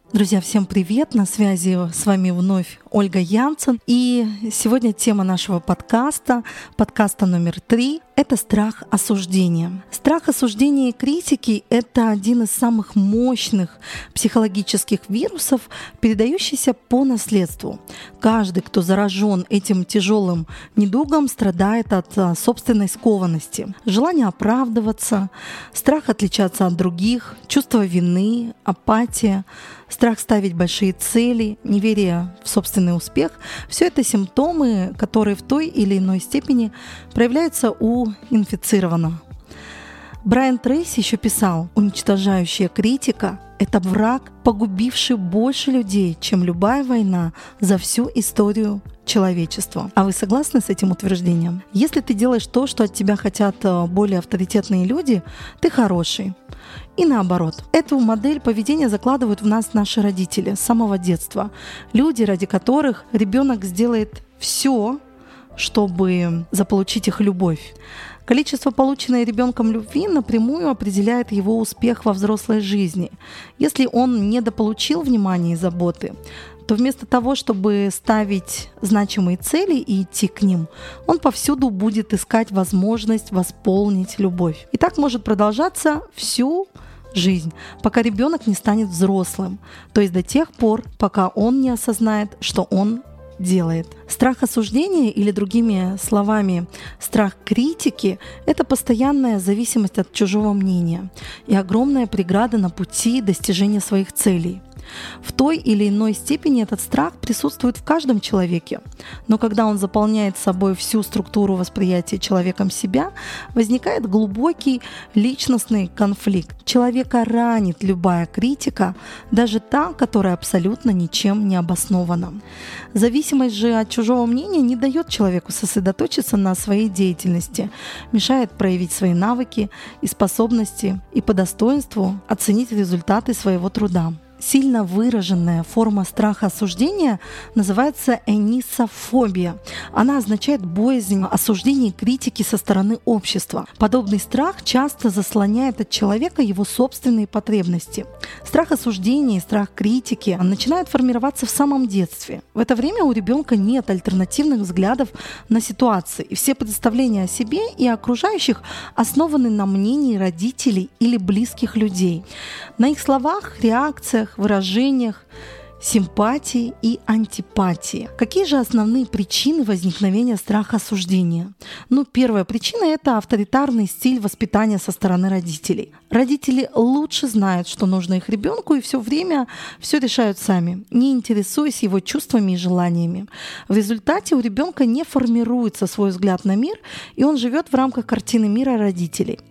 Друзья, всем привет! На связи с вами вновь Ольга Янцен. И сегодня тема нашего подкаста номер 3 — это страх осуждения. Страх осуждения и критики — это один из самых мощных психологических вирусов, передающийся по наследству. Каждый, кто заражен этим тяжелым недугом, страдает от собственной скованности, желания оправдываться, страх отличаться от других, чувство вины, апатия, страх ставить большие цели, неверие в собственный успех — все это симптомы, которые в той или иной степени проявляются у инфицированного. Брайан Трейси еще писал: «Уничтожающая критика — это враг, погубивший больше людей, чем любая война за всю историю человечества». А вы согласны с этим утверждением? Если ты делаешь то, что от тебя хотят более авторитетные люди, ты хороший. И наоборот. Эту модель поведения закладывают в нас наши родители с самого детства. Люди, ради которых ребенок сделает все, чтобы заполучить их любовь. Количество полученной ребенком любви напрямую определяет его успех во взрослой жизни. Если он недополучил внимания и заботы, то вместо того, чтобы ставить значимые цели и идти к ним, он повсюду будет искать возможность восполнить любовь. И так может продолжаться всю жизнь, пока ребенок не станет взрослым, то есть до тех пор, пока он не осознает, что он делает. Страх осуждения, или другими словами, страх критики — это постоянная зависимость от чужого мнения и огромная преграда на пути достижения своих целей. В той или иной степени этот страх присутствует в каждом человеке, но когда он заполняет собой всю структуру восприятия человеком себя, возникает глубокий личностный конфликт. Человека ранит любая критика, даже та, которая абсолютно ничем не обоснована. Зависимость же от чужого мнения не дает человеку сосредоточиться на своей деятельности, мешает проявить свои навыки и способности и по достоинству оценить результаты своего труда. Сильно выраженная форма страха осуждения называется энисофобия. Она означает боязнь осуждения и критики со стороны общества. Подобный страх часто заслоняет от человека его собственные потребности. Страх осуждения и страх критики начинают формироваться в самом детстве. В это время у ребенка нет альтернативных взглядов на ситуации, и все представления о себе и окружающих основаны на мнении родителей или близких людей, на их словах, реакциях, выражениях, симпатии и антипатии. Какие же основные причины возникновения страха осуждения? Первая причина — это авторитарный стиль воспитания со стороны родителей. Родители лучше знают, что нужно их ребенку, и все время все решают сами, не интересуясь его чувствами и желаниями. В результате у ребенка не формируется свой взгляд на мир, и он живет в рамках картины мира родителей.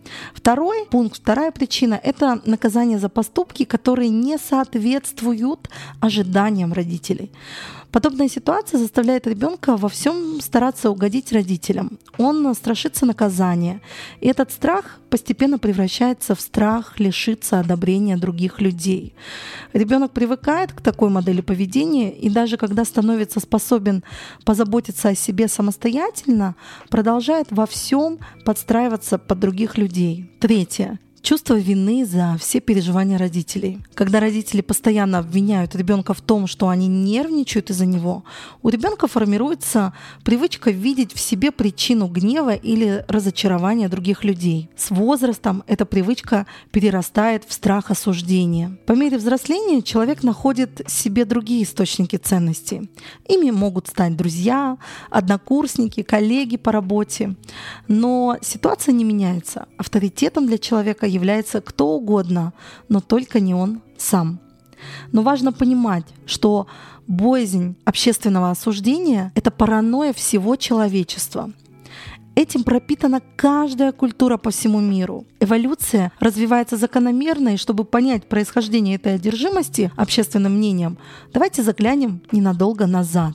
Вторая причина — это наказание за поступки, которые не соответствуют ожиданиям родителей. Подобная ситуация заставляет ребенка во всем стараться угодить родителям. Он страшится наказания. И этот страх постепенно превращается в страх лишиться одобрения других людей. Ребенок привыкает к такой модели поведения, и даже когда становится способен позаботиться о себе самостоятельно, продолжает во всем подстраиваться под других людей. Третье. Чувство вины за все переживания родителей. Когда родители постоянно обвиняют ребенка в том, что они нервничают из-за него, у ребенка формируется привычка видеть в себе причину гнева или разочарования других людей. С возрастом эта привычка перерастает в страх осуждения. По мере взросления человек находит в себе другие источники ценностей. Ими могут стать друзья, однокурсники, коллеги по работе. Но ситуация не меняется. Авторитетом для человека является кто угодно, но только не он сам. Но важно понимать, что боязнь общественного осуждения — это паранойя всего человечества. Этим пропитана каждая культура по всему миру. Эволюция развивается закономерно, и чтобы понять происхождение этой одержимости общественным мнением, давайте заглянем ненадолго назад.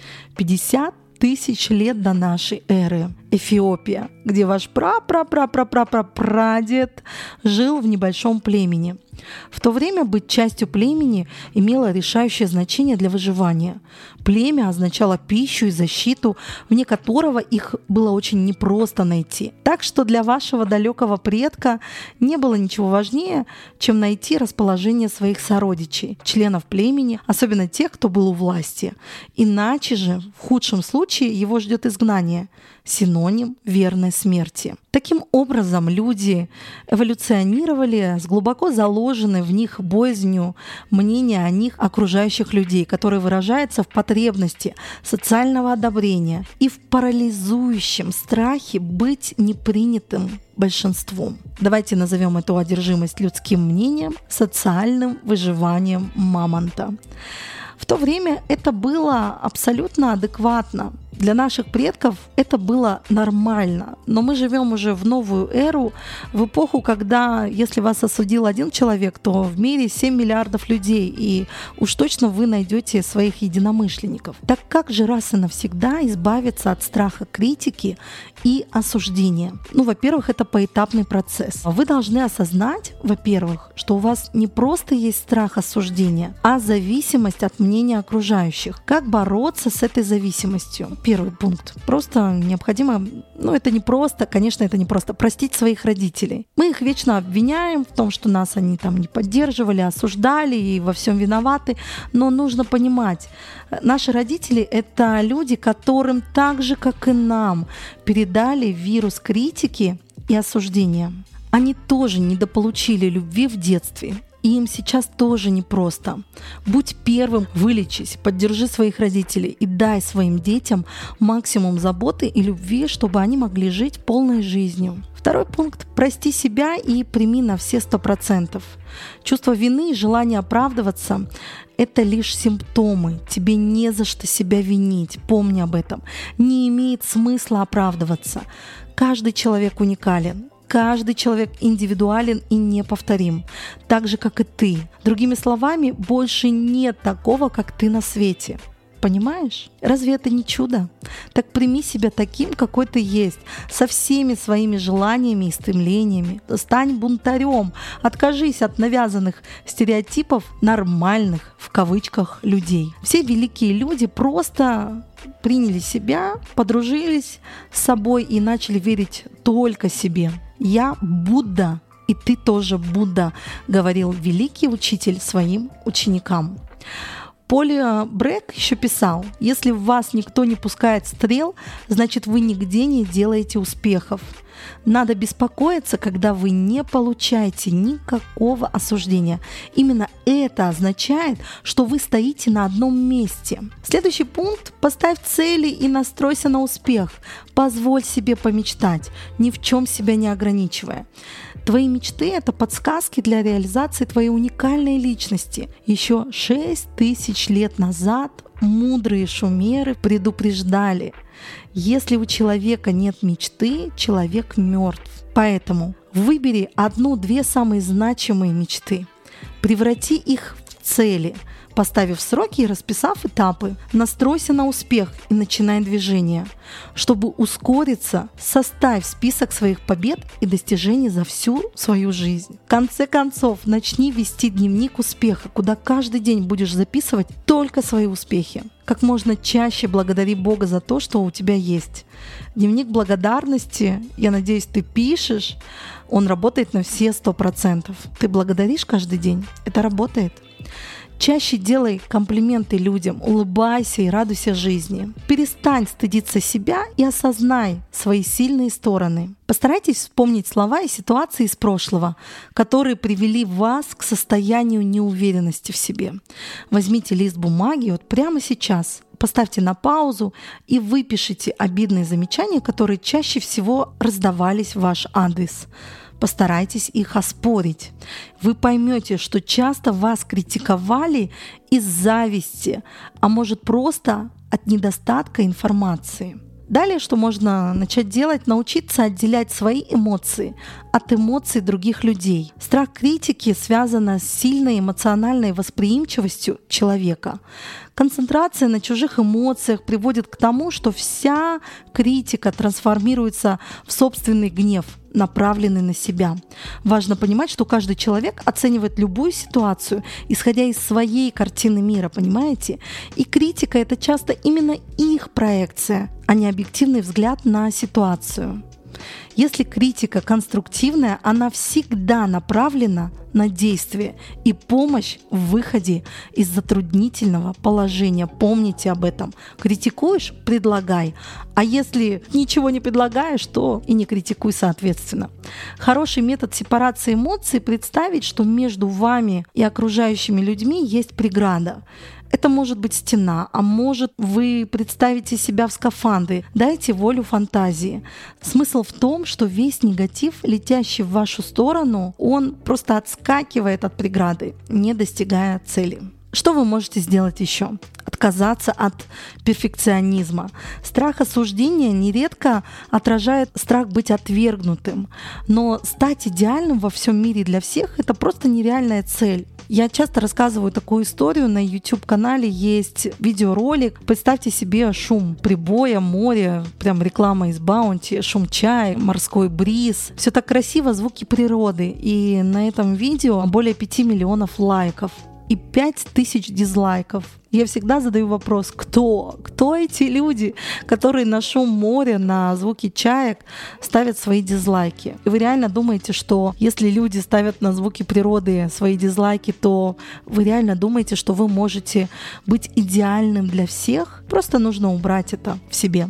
50 тысяч лет до нашей эры. Эфиопия, где ваш прадед жил в небольшом племени. В то время быть частью племени имело решающее значение для выживания. Племя означало пищу и защиту, вне которого их было очень непросто найти. Так что для вашего далекого предка не было ничего важнее, чем найти расположение своих сородичей, членов племени, особенно тех, кто был у власти. Иначе же, в худшем случае, его ждет изгнание, синоним верной смерти. Таким образом, люди эволюционировали с глубоко заложенной в них боязнью мнения о них окружающих людей, которое выражается в потребности социального одобрения и в парализующем страхе быть непринятым большинством. Давайте назовем эту одержимость людским мнением социальным выживанием мамонта. В то время это было абсолютно адекватно. Для наших предков это было нормально. Но мы живем уже в новую эру, в эпоху, когда, если вас осудил один человек, то в мире 7 миллиардов людей, и уж точно вы найдете своих единомышленников. Так как же раз и навсегда избавиться от страха критики и осуждения? Во-первых, это поэтапный процесс. Вы должны осознать, во-первых, что у вас не просто есть страх осуждения, а зависимость от мнения окружающих. Как бороться с этой зависимостью? Первый пункт. Просто необходимо, это не просто, конечно, это не просто, простить своих родителей. Мы их вечно обвиняем в том, что нас они не поддерживали, осуждали и во всем виноваты. Но нужно понимать, наши родители — это люди, которым так же, как и нам, передали вирус критики и осуждения. Они тоже недополучили любви в детстве. И им сейчас тоже непросто. Будь первым, вылечись, поддержи своих родителей и дай своим детям максимум заботы и любви, чтобы они могли жить полной жизнью. Второй пункт. Прости себя и прими на все 100%. Чувство вины и желание оправдываться — это лишь симптомы. Тебе не за что себя винить. Помни об этом. Не имеет смысла оправдываться. Каждый человек уникален. Каждый человек индивидуален и неповторим, так же, как и ты. Другими словами, больше нет такого, как ты на свете. Понимаешь? Разве это не чудо? Так прими себя таким, какой ты есть, со всеми своими желаниями и стремлениями. Стань бунтарем, откажись от навязанных стереотипов нормальных, в кавычках, людей. Все великие люди просто приняли себя, подружились с собой и начали верить только себе. «Я Будда, и ты тоже Будда», — говорил великий учитель своим ученикам. Поль Брэк еще писал: «Если в вас никто не пускает стрел, значит, вы нигде не делаете успехов. Надо беспокоиться, когда вы не получаете никакого осуждения. Именно это означает, что вы стоите на одном месте». Следующий пункт. Поставь цели и настройся на успех. Позволь себе помечтать, ни в чем себя не ограничивая. Твои мечты — это подсказки для реализации твоей уникальной личности. Еще 6000 лет назад мудрые шумеры предупреждали: если у человека нет мечты, человек мертв. Поэтому выбери 1-2 самые значимые мечты, преврати их в цели, поставив сроки и расписав этапы. Настройся на успех и начинай движение. Чтобы ускориться, составь список своих побед и достижений за всю свою жизнь. В конце концов, начни вести дневник успеха, куда каждый день будешь записывать только свои успехи. Как можно чаще благодари Бога за то, что у тебя есть. Дневник благодарности, я надеюсь, ты пишешь, он работает на все 100%. Ты благодаришь каждый день? Это работает. Чаще делай комплименты людям, улыбайся и радуйся жизни. Перестань стыдиться себя и осознай свои сильные стороны. Постарайтесь вспомнить слова и ситуации из прошлого, которые привели вас к состоянию неуверенности в себе. Возьмите лист бумаги прямо сейчас, поставьте на паузу и выпишите обидные замечания, которые чаще всего раздавались в ваш адрес. Постарайтесь их оспорить. Вы поймете, что часто вас критиковали из зависти, а может просто от недостатка информации. Далее, что можно начать делать, научиться отделять свои эмоции от эмоций других людей. Страх критики связан с сильной эмоциональной восприимчивостью человека. Концентрация на чужих эмоциях приводит к тому, что вся критика трансформируется в собственный гнев, направленный на себя. Важно понимать, что каждый человек оценивает любую ситуацию, исходя из своей картины мира, понимаете? И критика — это часто именно их проекция, а не объективный взгляд на ситуацию. Если критика конструктивная, она всегда направлена на действие и помощь в выходе из затруднительного положения. Помните об этом. Критикуешь — предлагай. А если ничего не предлагаешь, то и не критикуй соответственно. Хороший метод сепарации эмоций — представить, что между вами и окружающими людьми есть преграда. Это может быть стена, а может вы представите себя в скафандре. Дайте волю фантазии. Смысл в том, что весь негатив, летящий в вашу сторону, он просто отскакивает от преграды, не достигая цели. Что вы можете сделать еще? Отказаться от перфекционизма. Страх осуждения нередко отражает страх быть отвергнутым. Но стать идеальным во всем мире для всех — это просто нереальная цель. Я часто рассказываю такую историю. На YouTube-канале есть видеоролик. Представьте себе шум прибоя, море, прям реклама из Баунти, шум чая, морской бриз. Все так красиво, звуки природы. И на этом видео более 5 миллионов лайков и 5000 дизлайков. Я всегда задаю вопрос, кто эти люди, которые на шум моря, на звуки чаек ставят свои дизлайки? И вы реально думаете, что если люди ставят на звуки природы свои дизлайки, то вы реально думаете, что вы можете быть идеальным для всех? Просто нужно убрать это в себе.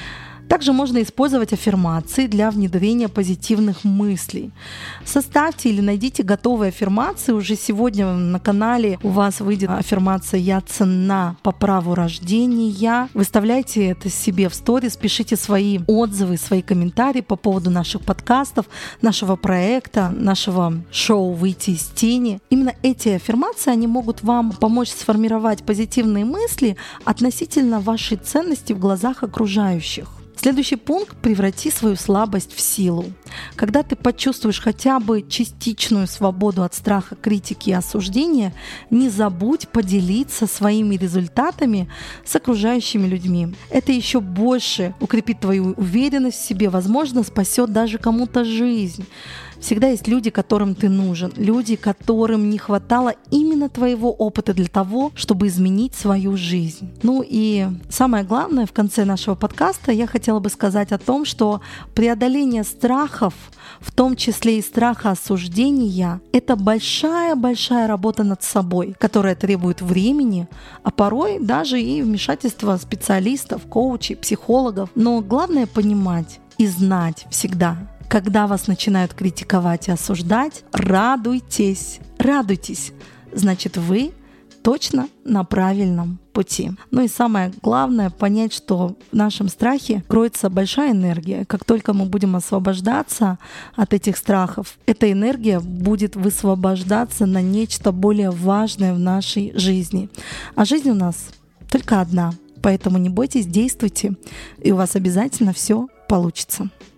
Также можно использовать аффирмации для внедрения позитивных мыслей. Составьте или найдите готовые аффирмации. Уже сегодня на канале у вас выйдет аффирмация «Я ценна по праву рождения». Выставляйте это себе в сторис, пишите свои отзывы, свои комментарии по поводу наших подкастов, нашего проекта, нашего шоу «Выйти из тени». Именно эти аффирмации, они могут вам помочь сформировать позитивные мысли относительно вашей ценности в глазах окружающих. Следующий пункт — преврати свою слабость в силу. Когда ты почувствуешь хотя бы частичную свободу от страха, критики и осуждения, не забудь поделиться своими результатами с окружающими людьми. Это еще больше укрепит твою уверенность в себе, возможно, спасет даже кому-то жизнь. Всегда есть люди, которым ты нужен, люди, которым не хватало именно твоего опыта для того, чтобы изменить свою жизнь. Ну и самое главное, в конце нашего подкаста я хотела бы сказать о том, что преодоление страхов, в том числе и страха осуждения, это большая работа над собой, которая требует времени, а порой даже и вмешательства специалистов, коучей, психологов. Но главное понимать и знать всегда: когда вас начинают критиковать и осуждать, радуйтесь. Радуйтесь. Значит, вы точно на правильном пути. Ну и самое главное — понять, что в нашем страхе кроется большая энергия. Как только мы будем освобождаться от этих страхов, эта энергия будет высвобождаться на нечто более важное в нашей жизни. А жизнь у нас только одна. Поэтому не бойтесь, действуйте, и у вас обязательно все получится.